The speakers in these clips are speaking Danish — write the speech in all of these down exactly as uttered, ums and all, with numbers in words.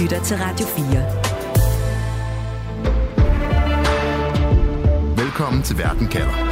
lytter til Radio fire. Velkommen til Verden kalder.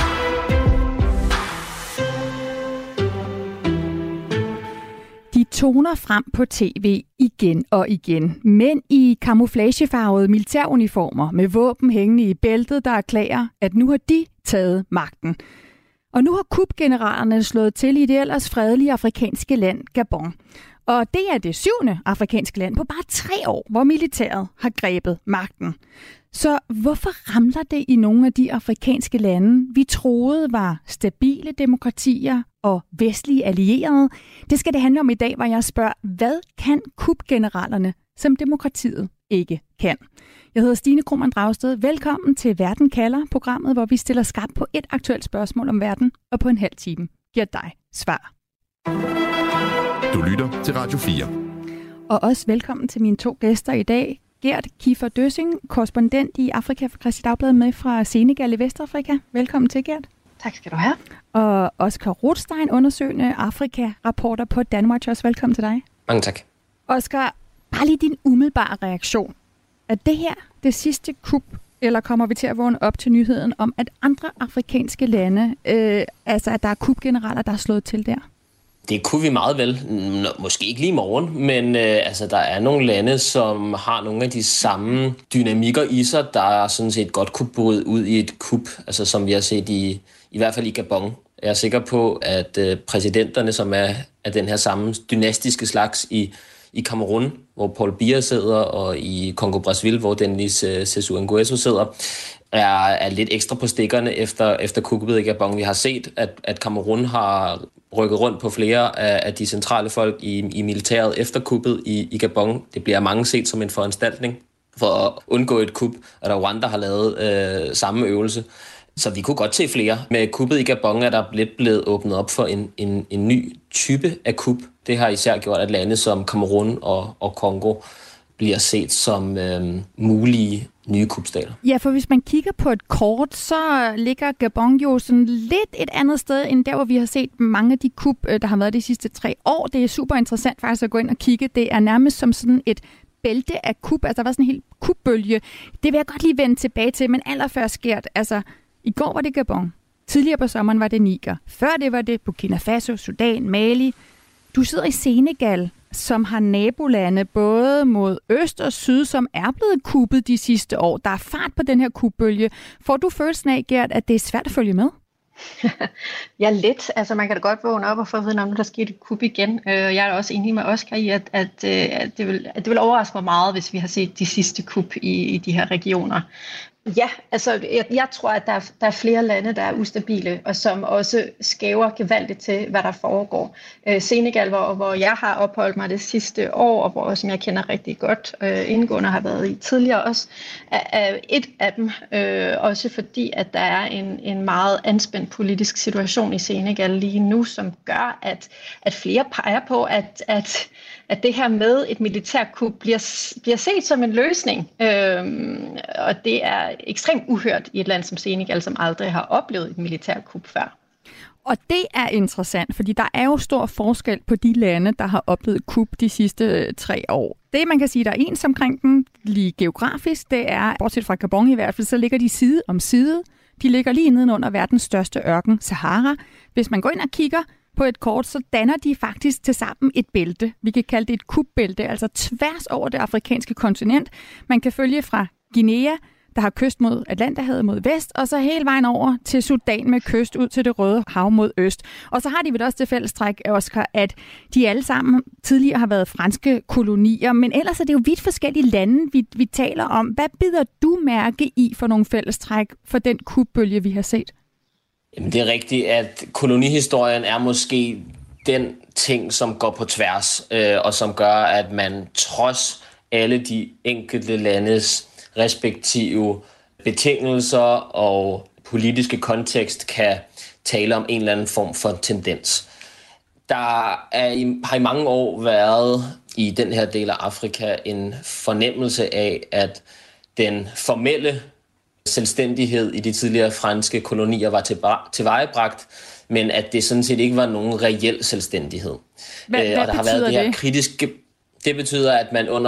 De toner frem på tv igen og igen. Mænd i camouflagefarvede militæruniformer med våben hængende i bæltet, der erklærer, at nu har de taget magten. Og nu har kupgeneralerne slået til i det ellers fredelige afrikanske land Gabon. Og det er det syvende afrikanske land på bare tre år, hvor militæret har grebet magten. Så hvorfor ramler det i nogle af de afrikanske lande, vi troede var stabile demokratier og vestlige allierede? Det skal det handle om i dag, hvor jeg spørger, hvad kan kupgeneralerne, som demokratiet ikke kan? Jeg hedder Stine Krohmann Dragsted. Velkommen til Verden kalder, programmet, hvor vi stiller skarpt på et aktuelt spørgsmål om verden, og på en halv time giver dig svar. Du lytter til Radio fire. Og også velkommen til mine to gæster i dag. Gert Kiefer Døssing, korrespondent i Afrika for Kristeligt Dagblad med fra Senegal i Vestafrika. Velkommen til, Gert. Tak skal du have. Og Oscar Rothstein, undersøgende Afrika-rapporter på Danwatch. Også velkommen til dig. Mange tak. Oscar, bare lige din umiddelbare reaktion. Er det her det sidste kup, eller kommer vi til at vågne op til nyheden om, at andre afrikanske lande, øh, altså at der er kupgeneraler, der er slået til der? Det kunne vi meget vel. Måske ikke lige i morgen, men øh, altså, der er nogle lande, som har nogle af de samme dynamikker i sig, der er sådan set godt kunne bryde ud i et kup, altså som vi har set i, i hvert fald i Gabon. Jeg er sikker på, at øh, præsidenterne, som er af den her samme dynastiske slags i, i Cameroun, hvor Paul Biya sidder, og i Congo-Brazzaville, hvor Denis Sassou Nguesso sidder, er, er lidt ekstra på stikkerne efter, efter kuppet i Gabon. Vi har set, at, at Cameroun har rykket rundt på flere af, af de centrale folk i, i militæret efter kuppet i, i Gabon. Det bliver mange set som en foranstaltning for at undgå et kup, og der Rwanda har lavet øh, samme øvelse. Så vi kunne godt se flere. Med kuppet i Gabon er der lidt blevet åbnet op for en, en, en ny type af kup. Det har især gjort, at lande som Cameroun og, og Congo bliver set som øh, mulige nye kupstater. Ja, for hvis man kigger på et kort, så ligger Gabon jo sådan lidt et andet sted, end der, hvor vi har set mange af de kup, der har været de sidste tre år. Det er super interessant faktisk at gå ind og kigge. Det er nærmest som sådan et bælte af kup. Altså, der var sådan en helt kupbølge. Det vil jeg godt lige vende tilbage til, men allerførst sker det. Altså, i går var det Gabon. Tidligere på sommeren var det Niger. Før det var det Burkina Faso, Sudan, Mali. Du sidder i Senegal, som har nabolande både mod øst og syd, som er blevet kuppet de sidste år. Der er fart på den her kupbølge. Får du følelsen af, Gert, at det er svært at følge med? Ja, lidt. Altså, man kan da godt vågne op og få at vide, om der sker et kup igen. Jeg er også enig med Oscar i, at, at, at, det vil, at det vil overraske mig meget, hvis vi har set de sidste kup i, i de her regioner. Ja, altså jeg, jeg tror, at der er, der er flere lande, der er ustabile, og som også skæver gevaldigt til, hvad der foregår. Øh, Senegal, hvor, hvor jeg har opholdt mig det sidste år, og hvor, som jeg kender rigtig godt, øh, indgående har været i tidligere også, er, er et af dem, øh, også fordi, at der er en, en meget anspændt politisk situation i Senegal lige nu, som gør, at, at flere peger på, at, at at det her med et militærkup bliver, bliver set som en løsning. Øhm, og det er ekstremt uhørt i et land som Senegal, som aldrig har oplevet et militærkup før. Og det er interessant, fordi der er jo stor forskel på de lande, der har oplevet kup de sidste tre år. Det, man kan sige, der er ens omkring dem, lige geografisk, det er, bortset fra Gabon i hvert fald, så ligger de side om side. De ligger lige nedenunder verdens største ørken, Sahara. Hvis man går ind og kigger på et kort, så danner de faktisk tilsammen et bælte. Vi kan kalde det et kupbælte, altså tværs over det afrikanske kontinent. Man kan følge fra Guinea, der har kyst mod Atlanterhavet mod vest, og så hele vejen over til Sudan med kyst ud til det Røde Hav mod øst. Og så har de vel også det fællestræk, Oscar, at de alle sammen tidligere har været franske kolonier, men ellers er det jo vidt forskellige lande, vi, vi taler om. Hvad bider du mærke i for nogle fællestræk for den kupbølge, vi har set? Jamen, det er rigtigt, at kolonihistorien er måske den ting, som går på tværs, øh, og som gør, at man trods alle de enkelte landes respektive betingelser og politiske kontekst kan tale om en eller anden form for tendens. Der er, har i mange år været i den her del af Afrika en fornemmelse af, at den formelle selvstændighed i de tidligere franske kolonier var tilvejebragt, men at det sådan set ikke var nogen reel selvstændighed. Hvad, øh, og hvad der har været det her det? kritiske. Det betyder, at man under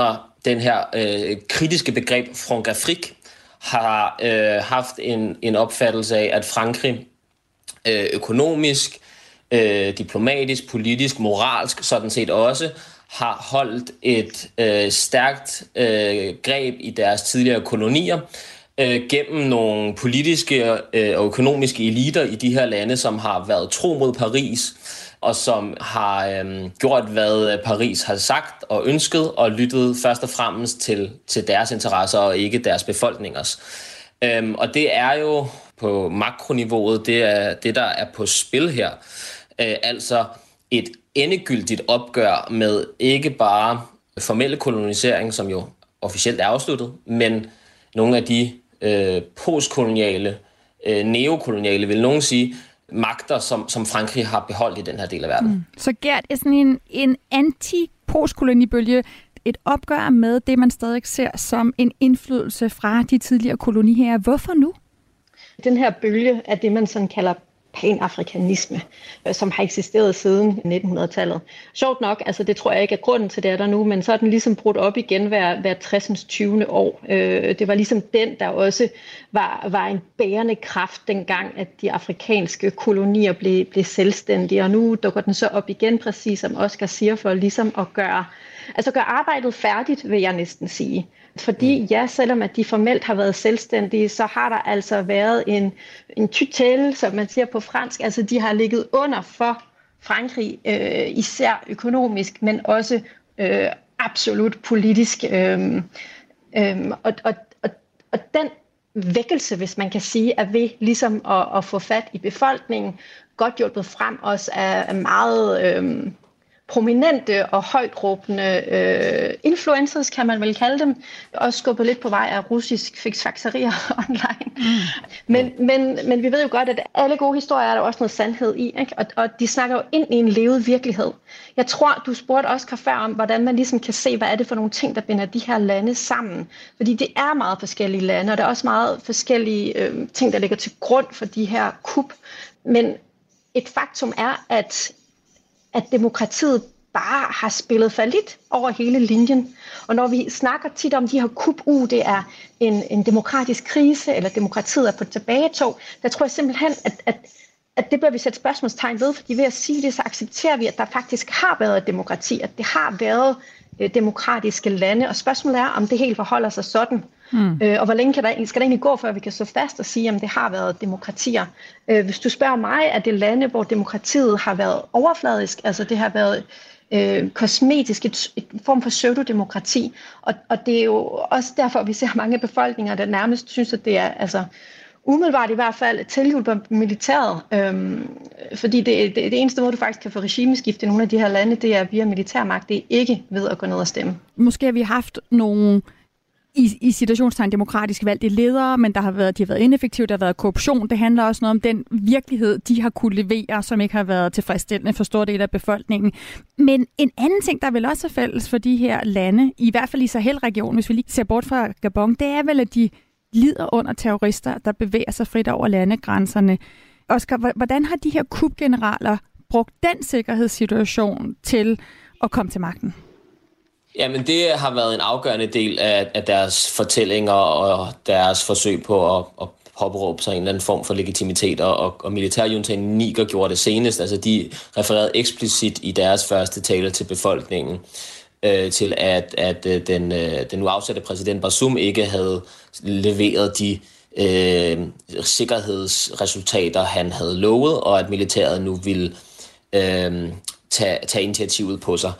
den her øh, kritiske begreb Francafrique har øh, haft en, en opfattelse af, at Frankrig øh, økonomisk, øh, diplomatisk, politisk, moralsk sådan set også har holdt et øh, stærkt øh, greb i deres tidligere kolonier øh, gennem nogle politiske øh, og økonomiske eliter i de her lande, som har været tro mod Paris, og som har øh, gjort, hvad Paris har sagt og ønsket, og lyttet først og fremmest til, til deres interesser og ikke deres befolkningers. Øhm, og det er jo på makroniveauet, det er det, der er på spil her. Øh, altså et endegyldigt opgør med ikke bare formelle kolonisering, som jo officielt er afsluttet, men nogle af de øh, postkoloniale, øh, neokoloniale, vil nogen sige, magter, som, som Frankrig har beholdt i den her del af verden. Mm. Så Gert, er sådan en, en anti-postkolonibølge et opgør med det, man stadig ser som en indflydelse fra de tidligere koloniherrer. Hvorfor nu? Den her bølge er det, man sådan kalder panafrikanisme, som har eksisteret siden nitten hundrede-tallet. Sjovt nok, altså det tror jeg ikke er grunden til det er der nu, men så er den ligesom brudt op igen hver, hver tressens tyvende år. Øh, det var ligesom den, der også var, var en bærende kraft dengang, at de afrikanske kolonier blev, blev selvstændige, og nu dukker den så op igen, præcis som Oscar siger, for ligesom at gøre, altså gøre arbejdet færdigt, vil jeg næsten sige. Fordi ja, selvom at de formelt har været selvstændige, så har der altså været en, en tutelle, som man siger på fransk. Altså de har ligget under for Frankrig, øh, især økonomisk, men også øh, absolut politisk. Øh, øh, og, og, og, og den vækkelse, hvis man kan sige, er ved ligesom at, at få fat i befolkningen, godt hjulpet frem også af meget Øh, prominente og højtråbende øh, influencers, kan man vel kalde dem, også skubbet lidt på vej af russisk fiksfakserier online. Mm. Men, men, men vi ved jo godt, at alle gode historier er der også noget sandhed i, ikke? Og, og de snakker jo ind i en levet virkelighed. Jeg tror, du spurgte Oscar før om, hvordan man ligesom kan se, hvad er det for nogle ting, der binder de her lande sammen. Fordi det er meget forskellige lande, og der er også meget forskellige øh, ting, der ligger til grund for de her kup. Men et faktum er, at at demokratiet bare har spillet fallit over hele linjen. Og når vi snakker tit om de her kup, uh, det er en, en demokratisk krise, eller demokratiet er på tilbagetog, der tror jeg simpelthen, at, at, at det bør vi sætte spørgsmålstegn ved, fordi ved at sige det, så accepterer vi, at der faktisk har været et demokrati, at det har været øh, demokratiske lande, og spørgsmålet er, om det helt forholder sig sådan. Mm. Øh, og hvor længe kan der, skal der egentlig gå, før vi kan stå fast og sige, om det har været demokratier. Øh, hvis du spørger mig, er det lande, hvor demokratiet har været overfladisk, altså det har været øh, kosmetisk, et, et form for pseudodemokrati, og, og det er jo også derfor, vi ser mange befolkninger, der nærmest synes, at det er altså umiddelbart i hvert fald tilhjulpet militæret, øhm, fordi det, det, det eneste måde, du faktisk kan få regimeskift i nogle af de her lande, det er via militærmagt, det er ikke ved at gå ned og stemme. Måske har vi haft nogle i, i situationstegn demokratisk valgte ledere, men der har været, de har været ineffektive, der har været korruption. Det handler også noget om den virkelighed, de har kunne levere, som ikke har været tilfredsstillende for store dele af befolkningen. Men en anden ting, der vil også er fælles for de her lande, i hvert fald i Sahel-regionen, hvis vi lige ser bort fra Gabon, det er vel, at de lider under terrorister, der bevæger sig frit over landegrænserne. Oscar, hvordan har de her kupgeneraler brugt den sikkerhedssituation til at komme til magten? Jamen, det har været en afgørende del af, af deres fortællinger og deres forsøg på at, at påberåbe sig en eller anden form for legitimitet, og, og, og militærjuntaen Niger gjorde det senest. Altså, de refererede eksplicit i deres første tale til befolkningen øh, til, at, at øh, den, øh, den nu afsatte præsident Bazoum ikke havde leveret de øh, sikkerhedsresultater, han havde lovet, og at militæret nu ville øh, tage, tage initiativet på sig.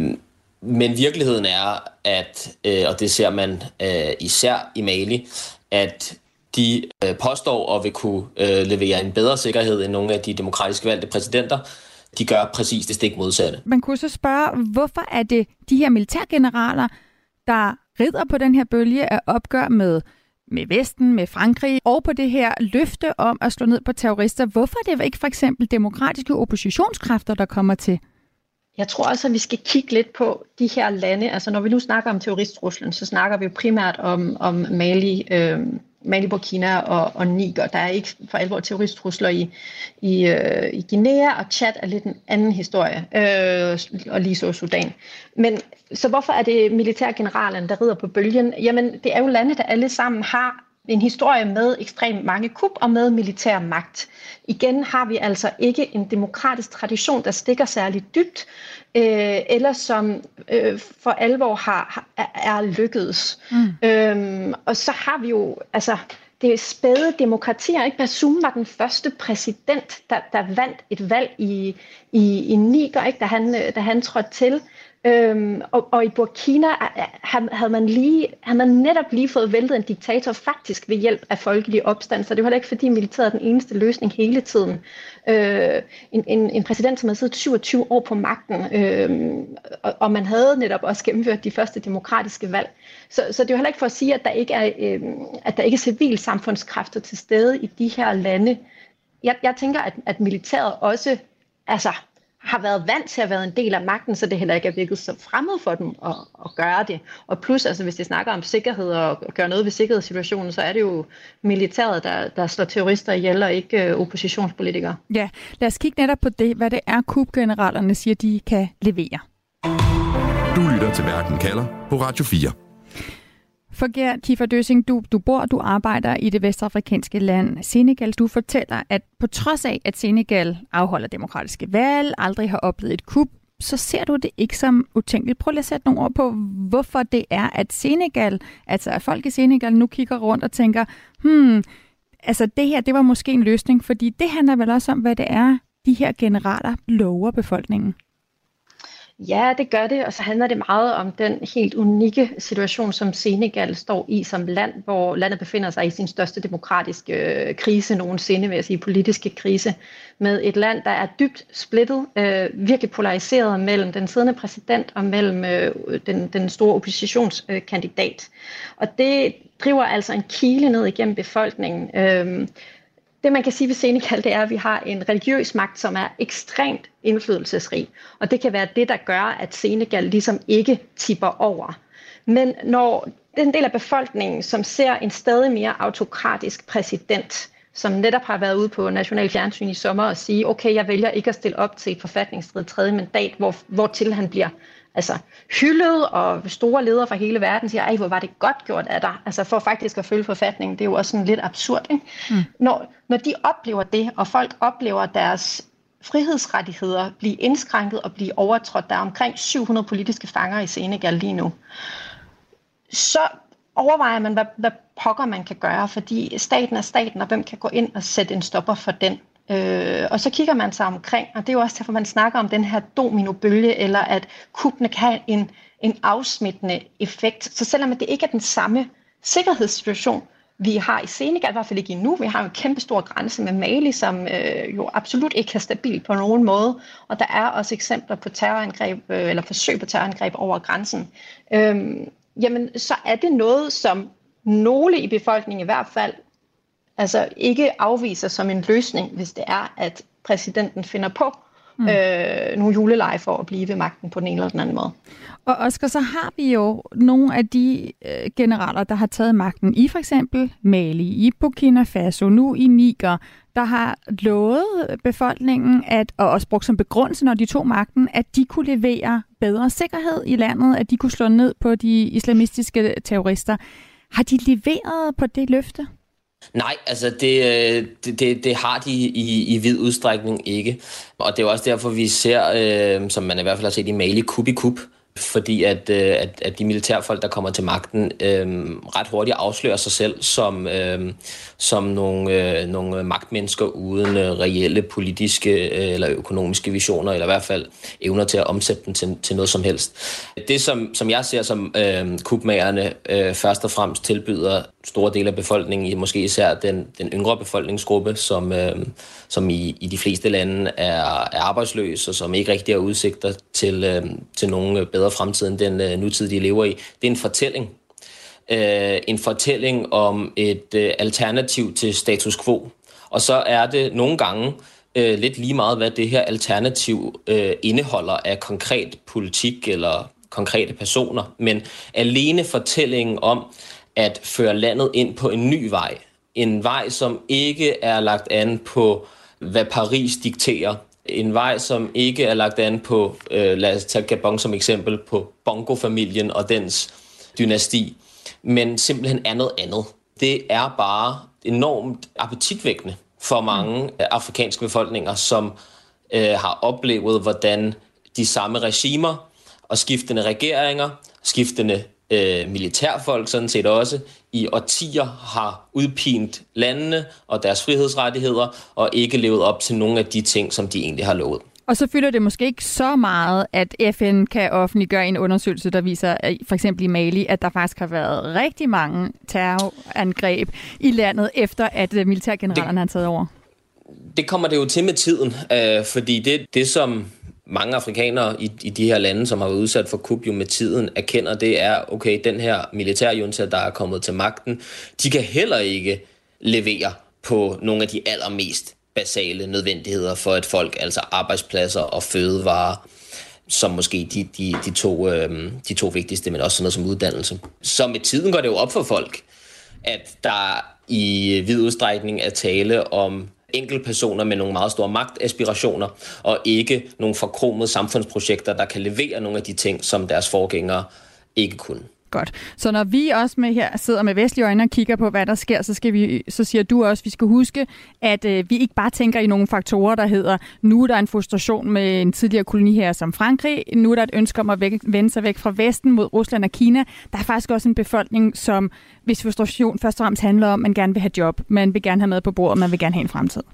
Men virkeligheden er, at, øh, og det ser man øh, især i Mali, at de øh, påstår at vil kunne øh, levere en bedre sikkerhed end nogle af de demokratisk valgte præsidenter. De gør præcis det stik modsatte. Man kunne så spørge, hvorfor er det de her militærgeneraler, der rider på den her bølge af opgør med, med Vesten, med Frankrig, og på det her løfte om at slå ned på terrorister? Hvorfor er det ikke for eksempel demokratiske oppositionskræfter, der kommer til? Jeg tror også, at vi skal kigge lidt på de her lande. Altså når vi nu snakker om terroristtruslen, så snakker vi jo primært om, om Mali, øh, Mali, Burkina og, og Niger. Der er ikke for alvor terroristtrusler i, i, øh, i Guinea, og Chad er lidt en anden historie, øh, og lige så Sudan. Men så hvorfor er det militærgeneralen, der rider på bølgen? Jamen, det er jo lande, der alle sammen har en historie med ekstremt mange kup og med militær magt. Igen har vi altså ikke en demokratisk tradition, der stikker særligt dybt, øh, eller som øh, for alvor har, har, er lykkedes. Mm. Øhm, og så har vi jo altså det spæde demokratier. Ikke? Bazoum var den første præsident, der, der vandt et valg i, i, i Niger, ikke? Da, han, da han trådte til. Øhm, og, og i Burkina havde man, lige, havde man netop lige fået væltet en diktator faktisk ved hjælp af folkelig opstand, så det var heller ikke fordi militæret er den eneste løsning hele tiden. Øh, en, en, en præsident, som havde siddet syvogtyve år på magten, øh, og, og man havde netop også gennemført de første demokratiske valg. Så, så det er jo heller ikke for at sige, at der ikke er, øh, at der ikke er civilsamfundskræfter til stede i de her lande. Jeg, jeg tænker, at, at militæret også altså har været vant til at være en del af magten, så det heller ikke er virket så fremmed for dem at, at gøre det. Og plus, altså, hvis de snakker om sikkerhed og gør noget ved sikkerhedssituationen, så er det jo militæret, der, der slår terrorister ihjel, og ikke øh, oppositionspolitikere. Ja, lad os kigge netop på det, hvad det er, kupgeneralerne siger, de kan levere. Du lytter til Verden kalder på Radio fire. For Gert Kiefer Døssing, du, du bor, du arbejder i det vestafrikanske land Senegal. Du fortæller, at på trods af, at Senegal afholder demokratiske valg, aldrig har oplevet et kup, så ser du det ikke som utænkeligt. Prøv lige at sætte nogle ord på, hvorfor det er, at Senegal, altså at folk i Senegal nu kigger rundt og tænker, hmm, altså det her, det var måske en løsning, fordi det handler vel også om, hvad det er, de her generaler lover befolkningen. Ja, det gør det, og så handler det meget om den helt unikke situation, som Senegal står i som land, hvor landet befinder sig i sin største demokratiske øh, krise nogensinde, vil jeg sige, politiske krise, med et land, der er dybt splittet, øh, virkelig polariseret mellem den siddende præsident og mellem øh, den, den store oppositionskandidat. Øh, og det driver altså en kile ned igennem befolkningen. Øh, Det man kan sige ved Senegal, det er, at vi har en religiøs magt, som er ekstremt indflydelsesrig. Og det kan være det, der gør, at Senegal ligesom ikke tipper over. Men når den del af befolkningen, som ser en stadig mere autokratisk præsident, som netop har været ude på national fjernsyn i sommer og sige, okay, jeg vælger ikke at stille op til et forfatningsstridigt tredje mandat, hvor, hvortil han bliver altså hyldet, og store ledere fra hele verden siger, ej, hvor var det godt gjort af dig, altså for faktisk at følge forfatningen, det er jo også sådan lidt absurd, ikke? Mm. Når, når de oplever det, og folk oplever deres frihedsrettigheder blive indskrænket og blive overtrådt, der er omkring syv hundrede politiske fanger i Senegal lige nu, så overvejer man, hvad, hvad pokker man kan gøre, fordi staten er staten, og hvem kan gå ind og sætte en stopper for den. Øh, og så kigger man sig omkring, og det er jo også derfor, man snakker om den her dominobølge, eller at kuppene kan have en, en afsmittende effekt. Så selvom det ikke er den samme sikkerhedssituation, vi har i Senegal, i hvert fald ikke endnu, vi har jo en kæmpe stor grænse med Mali, som øh, jo absolut ikke er stabil på nogen måde, og der er også eksempler på terrorangreb, øh, eller forsøg på terrorangreb over grænsen. Øh, jamen, så er det noget, som nogle i befolkningen i hvert fald altså ikke afviser som en løsning, hvis det er, at præsidenten finder på mm. øh, nogle juleleje for at blive ved magten på den ene eller den anden måde. Og Oscar, så har vi jo nogle af de øh, generaler, der har taget magten i for eksempel Mali, i Burkina Faso, nu i Niger, der har lovet befolkningen, at, og også brugt som begrundelse, når de tog magten, at de kunne levere bedre sikkerhed i landet, at de kunne slå ned på de islamistiske terrorister. Har de leveret på det løfte? Nej, altså det, det, det, det har de i, i vid udstrækning ikke. Og det er også derfor, vi ser, øh, som man i hvert fald har set i Mali, kup i kup. Fordi at, at, at de militærfolk, der kommer til magten, øh, ret hurtigt afslører sig selv som, øh, som nogle, øh, nogle magtmennesker uden øh, reelle politiske øh, eller økonomiske visioner, eller i hvert fald evner til at omsætte dem til, til noget som helst. Det, som, som jeg ser som øh, kupmagerne øh, først og fremmest tilbyder store dele af befolkningen, måske især den, den yngre befolkningsgruppe, som, øh, som i, i de fleste lande er, er arbejdsløs, og som ikke rigtig har udsigter til, øh, til nogen bedre fremtid end den øh, nutid, de lever i. Det er en fortælling. Øh, en fortælling om et øh, alternativ til status quo. Og så er det nogle gange øh, lidt lige meget, hvad det her alternativ øh, indeholder af konkret politik eller konkrete personer. Men alene fortællingen om, at føre landet ind på en ny vej. En vej, som ikke er lagt an på, hvad Paris dikterer. En vej, som ikke er lagt an på, øh, lad os tage Gabon som eksempel, på Bongo-familien og dens dynasti, men simpelthen er noget andet. Det er bare enormt appetitvækkende for mange afrikanske befolkninger, som øh, har oplevet, hvordan de samme regimer og skiftende regeringer, skiftende øh, militærfolk sådan set også, i årtier har udpint landene og deres frihedsrettigheder og ikke levet op til nogle af de ting, som de egentlig har lovet. Og så fylder det måske ikke så meget, at F N kan offentliggøre en undersøgelse, der viser, at for eksempel i Mali, at der faktisk har været rigtig mange terrorangreb i landet, efter at militærgeneralerne har taget over. Det kommer det jo til med tiden, øh, fordi det, det som mange afrikanere i, i de her lande, som har været udsat for kup jo med tiden, erkender, det er, okay, den her militærjunta, der er kommet til magten, de kan heller ikke levere på nogle af de allermest basale nødvendigheder for et folk, altså arbejdspladser og fødevarer, som måske de, de, de, to, øh, de to vigtigste, men også sådan noget som uddannelse. Så med tiden går det jo op for folk, at der i vid udstrækning er tale om enkeltpersoner med nogle meget store magtaspirationer, og ikke nogle forkromede samfundsprojekter, der kan levere nogle af de ting, som deres forgængere ikke kunne. Godt. Så når vi også med her sidder med vestlige øjne og kigger på, hvad der sker, så, skal vi, så siger du også, at vi skal huske, at øh, vi ikke bare tænker i nogle faktorer, der hedder, nu er der en frustration med en tidligere koloni her som Frankrig, nu er der et ønske om at væk, vende sig væk fra Vesten mod Rusland og Kina. Der er faktisk også en befolkning, som hvis frustration først og fremmest handler om, at man gerne vil have job, man vil gerne have mad på bordet, man vil gerne have en fremtid.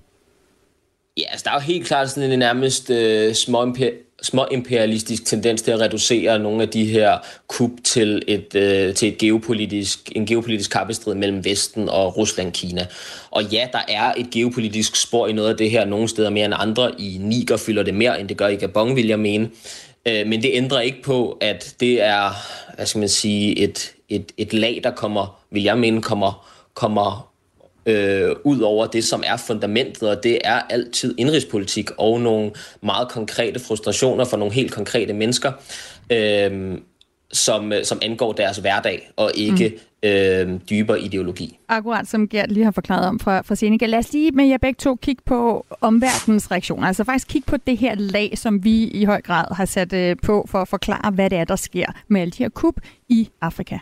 Ja, altså der er jo helt klart sådan en nærmest øh, små, imper- små imperialistisk tendens til at reducere nogle af de her kup til et øh, til et geopolitisk en geopolitisk kappestrid mellem Vesten og Rusland, Kina. Og ja, der er et geopolitisk spor i noget af det her, nogle steder mere end andre. I Niger fylder det mere, end det gør i Gabon, vil jeg mene. Øh, men det ændrer ikke på, at det er, hvad skal man sige, et et et lag, der kommer, vil jeg mene, kommer kommer Øh, ud over det, som er fundamentet, og det er altid indrigspolitik og nogle meget konkrete frustrationer for nogle helt konkrete mennesker, øh, som, som angår deres hverdag, og ikke mm. øh, dybere ideologi. Akkurat som Gert lige har forklaret om fra, fra Senegal. Lad os lige med jer begge to kigge på omverdenens reaktioner. Altså faktisk kigge på det her lag, som vi i høj grad har sat øh, på for at forklare, hvad det er, der sker med alle de her kup i Afrika.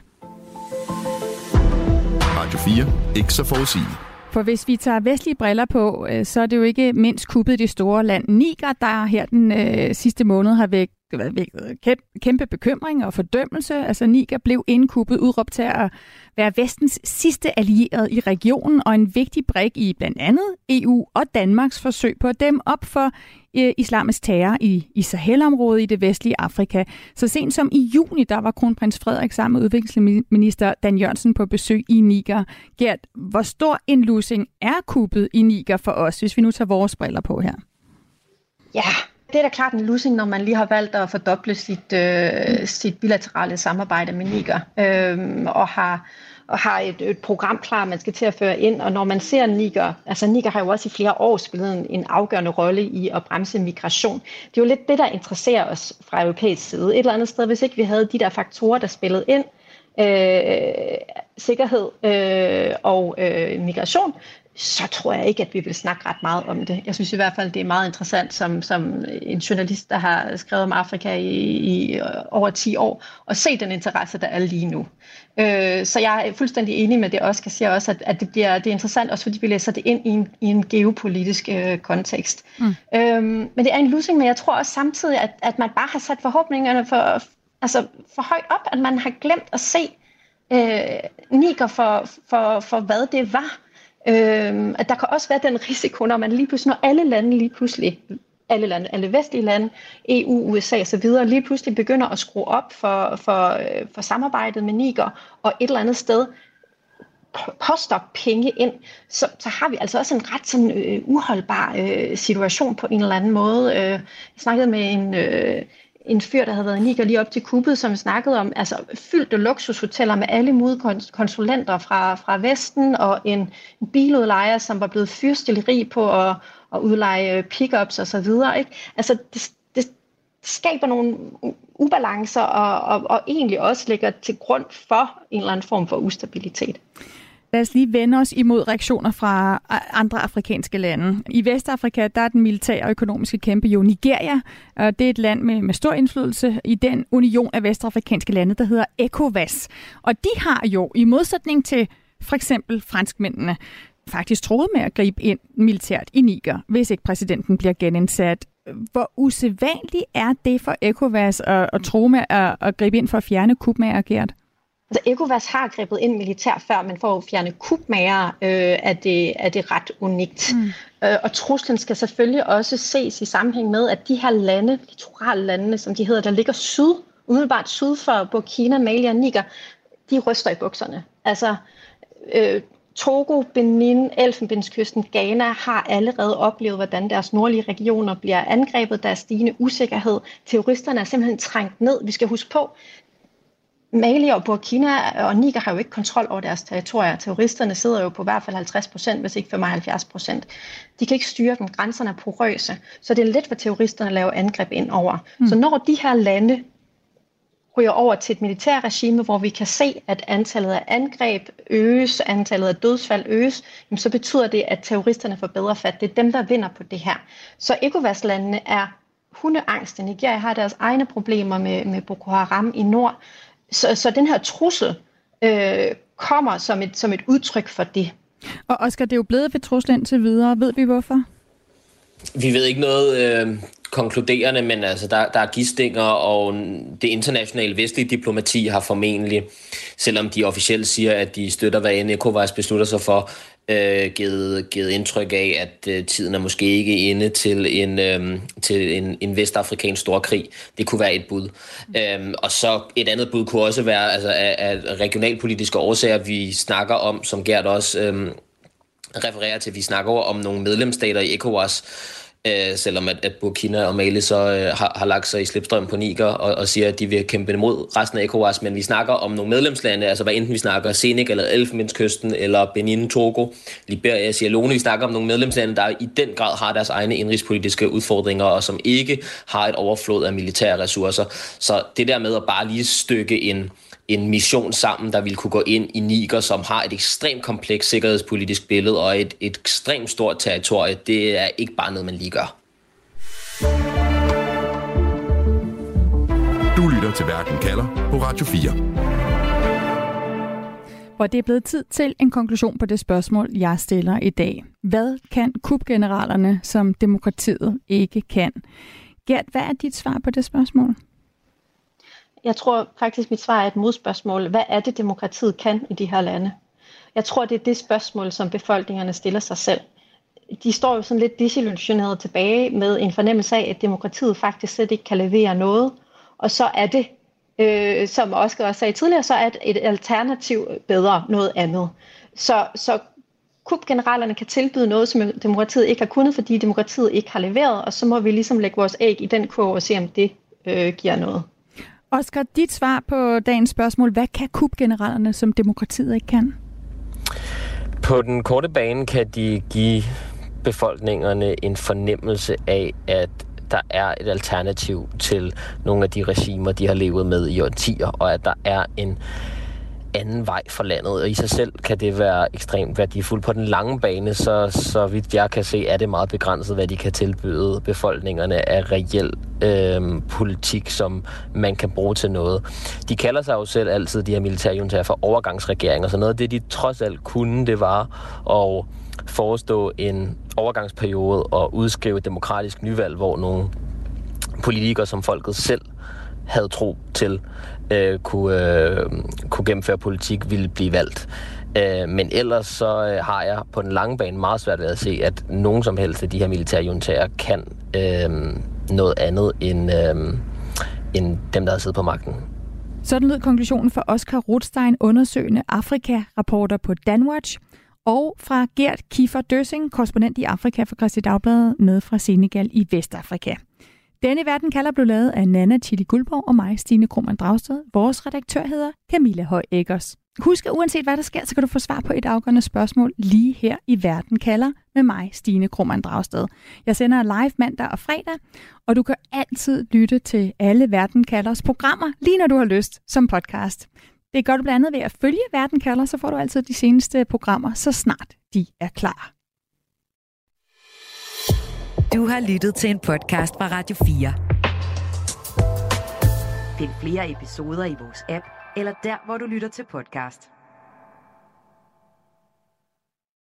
Radio fire. Ikke så forudsigeligt. For hvis vi tager vestlige briller på, så er det jo ikke mindst kuppet i det store land Niger, der her den øh, sidste måned har væk, væk, kæmpe bekymring og fordømmelse. Altså Niger blev inden kuppet udråbt til at være vestens sidste allierede i regionen og en vigtig brik i blandt andet E U og Danmarks forsøg på at dæmme op for øh, islamisk terror i, i Sahel-området i det vestlige Afrika. Så sent som i juni, der var kronprins Frederik sammen med udviklingsminister Dan Jørgensen på besøg i Niger. Gert, hvor stor en lussing er kuppet i Niger for os, hvis vi nu tager vores briller på her? Ja, det er da klart en lussing, når man lige har valgt at fordoble sit, øh, sit bilaterale samarbejde med Niger, øh, og har, og har et, et program klar, man skal til at føre ind. Og når man ser Niger, altså Niger har jo også i flere år spillet en, en afgørende rolle i at bremse migration. Det er jo lidt det, der interesserer os fra europæisk side. Et eller andet sted, hvis ikke vi havde de der faktorer, der spillede ind, øh, sikkerhed øh, og øh, migration, så tror jeg ikke, at vi vil snakke ret meget om det. Jeg synes i hvert fald, det er meget interessant som, som en journalist, der har skrevet om Afrika i, i over ti år, og se den interesse, der er lige nu. Øh, så jeg er fuldstændig enig med det, Oscar siger også, at, at det, bliver, det er interessant, også fordi vi læser det ind i en, i en geopolitisk øh, kontekst. Mm. Øh, men det er en losing, men jeg tror også samtidig, at, at man bare har sat forhåbningerne for, altså for højt op, at man har glemt at se øh, Niger for, for, for, hvad det var. Øhm, at der kan også være den risiko, når man lige pludselig, når alle lande lige pludselig, alle lande, alle vestlige lande, E U, U S A og så videre, lige pludselig begynder at skrue op for, for, for samarbejdet med Niger, og et eller andet sted poster penge ind, så, så har vi altså også en ret sådan øh, uholdbar øh, situation på en eller anden måde. Øh, jeg snakkede med en øh, en fyr, der havde været i Niger lige op til kuppet, som snakkede om altså fyldte luksushoteller med alle mulige konsulenter fra, fra Vesten, og en, en biludlejer, som var blevet fyrstelig rig på at, at udleje pickups og så videre. Ikke? Altså, det, det, skaber nogle ubalancer og, og, og egentlig også ligger til grund for en eller anden form for ustabilitet. Lad os lige vende os imod reaktioner fra andre afrikanske lande. I Vestafrika, der er den militære og økonomiske kæmpe jo Nigeria, og det er et land med, med stor indflydelse i den union af vestafrikanske lande, der hedder ECOWAS. Og de har jo, i modsætning til for eksempel franskmændene, faktisk troet med at gribe ind militært i Niger, hvis ikke præsidenten bliver genindsat. Hvor usædvanligt er det for ECOWAS at, at tro med at, at gribe ind for at fjerne kupmager, Gert? Altså, ECOWAS har grebet ind militær før, men for at fjerne kupmager øh, er, det, er det ret unikt. Mm. Øh, og truslen skal selvfølgelig også ses i sammenhæng med, at de her lande, litorale landene, som de hedder, der ligger syd, umiddelbart syd for Burkina, Mali og Niger, de ryster i bukserne. Altså, øh, Togo, Benin, Elfenbenskysten, Ghana har allerede oplevet, hvordan deres nordlige regioner bliver angrebet. Der er stigende usikkerhed. Terroristerne er simpelthen trængt ned. Vi skal huske på, Mali og Burkina og Niger har jo ikke kontrol over deres territorier. Terroristerne sidder jo på i hvert fald halvtreds procent, hvis ikke femoghalvfjerds procent. De kan ikke styre dem. Grænserne er porøse. Så det er let for terroristerne at lave angreb ind over. Mm. Så når de her lande ryger over til et militærregime, hvor vi kan se, at antallet af angreb øges, antallet af dødsfald øges, jamen så betyder det, at terroristerne får bedre fat. Det er dem, der vinder på det her. Så ECOWAS-landene er hundeangste. Nigeria har deres egne problemer med, med Boko Haram i nord. Så, så den her trussel øh, kommer som et, som et udtryk for det. Og Oscar, det er jo blevet ved truslen til videre. Ved vi hvorfor? Vi ved ikke noget øh, konkluderende, men altså, der, der er gidsninger, og det internationale vestlige diplomati har formentlig, selvom de officielt siger, at de støtter, hvad end ECOWAS beslutter sig for, øh, givet, givet indtryk af, at øh, tiden er måske ikke inde til en, øh, til en, en vestafrikansk storkrig. Det kunne være et bud. Mm. Øhm, og så et andet bud kunne også være altså, af, af regionalpolitiske årsager, vi snakker om, som Gert også øh, refererer til. Vi snakker om nogle medlemsstater i ECOWAS, øh, selvom at, at Burkina og Mali så øh, har, har lagt sig i slipstrøm på Niger og, og siger, at de vil kæmpe imod resten af ECOWAS, men vi snakker om nogle medlemslande, altså hvad enten vi snakker Senegal eller Elfenbenskysten eller Benin, Togo, Liberia, Sierra Leone, vi snakker om nogle medlemslande, der i den grad har deres egne indrigspolitiske udfordringer, og som ikke har et overflod af militære ressourcer. Så det der med at bare lige stykke en en mission sammen, der ville kunne gå ind i Niger, som har et ekstremt komplekst sikkerhedspolitisk billede og et, et ekstremt stort territorie. Det er ikke bare noget, man lige gør. Du lytter til Verden kalder på Radio fire. Og det er blevet tid til en konklusion på det spørgsmål, jeg stiller i dag. Hvad kan kupgeneralerne, som demokratiet ikke kan? Gert, hvad er dit svar på det spørgsmål? Jeg tror faktisk, mit svar er et modspørgsmål. Hvad er det, demokratiet kan i de her lande? Jeg tror, det er det spørgsmål, som befolkningerne stiller sig selv. De står jo sådan lidt desillusioneret tilbage med en fornemmelse af, at demokratiet faktisk slet ikke kan levere noget. Og så er det, øh, som Oscar også sagde tidligere, så er et alternativ bedre noget andet. Så, så kupgeneralerne kan tilbyde noget, som demokratiet ikke har kunnet, fordi demokratiet ikke har leveret. Og så må vi ligesom lægge vores æg i den kurv og se, om det øh, giver noget. Oscar, dit svar på dagens spørgsmål. Hvad kan kupgeneralerne, som demokratiet ikke kan? På den korte bane kan de give befolkningerne en fornemmelse af, at der er et alternativ til nogle af de regimer, de har levet med i årtier, og at der er en anden vej for landet. Og i sig selv kan det være ekstremt værdifuldt. På den lange bane, så, så vidt jeg kan se, er det meget begrænset, hvad de kan tilbyde befolkningerne af reel øh, politik, som man kan bruge til noget. De kalder sig jo selv altid, de her militærjuntaer, for overgangsregeringer, så noget af det, de trods alt kunne, det var at forestå en overgangsperiode og udskrive et demokratisk nyvalg, hvor nogle politikere, som folket selv havde tro til, øh, kunne, øh, kunne gennemføre politik, ville blive valgt. Øh, men ellers så øh, har jeg på den lange bane meget svært ved at se, at nogen som helst af de her militærjuntaer kan øh, noget andet end, øh, end dem, der har siddet på magten. Sådan lød konklusionen for Oscar Rothstein, undersøgende Afrika-rapporter på Danwatch, og fra Gert Kiefer Døssing, korrespondent i Afrika for Kristeligt Dagblad, med fra Senegal i Vestafrika. Denne Verden kalder blev lavet af Nana Chili Guldborg og mig, Stine Krohmann Dragsted. Vores redaktør hedder Camilla Høj Eggers. Husk, at uanset hvad der sker, så kan du få svar på et afgørende spørgsmål lige her i Verden kalder med mig, Stine Krohmann Dragsted. Jeg sender live mandag og fredag, og du kan altid lytte til alle Verden kalders programmer, lige når du har lyst, som podcast. Det gør du blandt andet ved at følge Verden kalder, så får du altid de seneste programmer, så snart de er klar. Du har lyttet til en podcast fra Radio fire. Find flere episoder i vores app, eller der, hvor du lytter til podcast.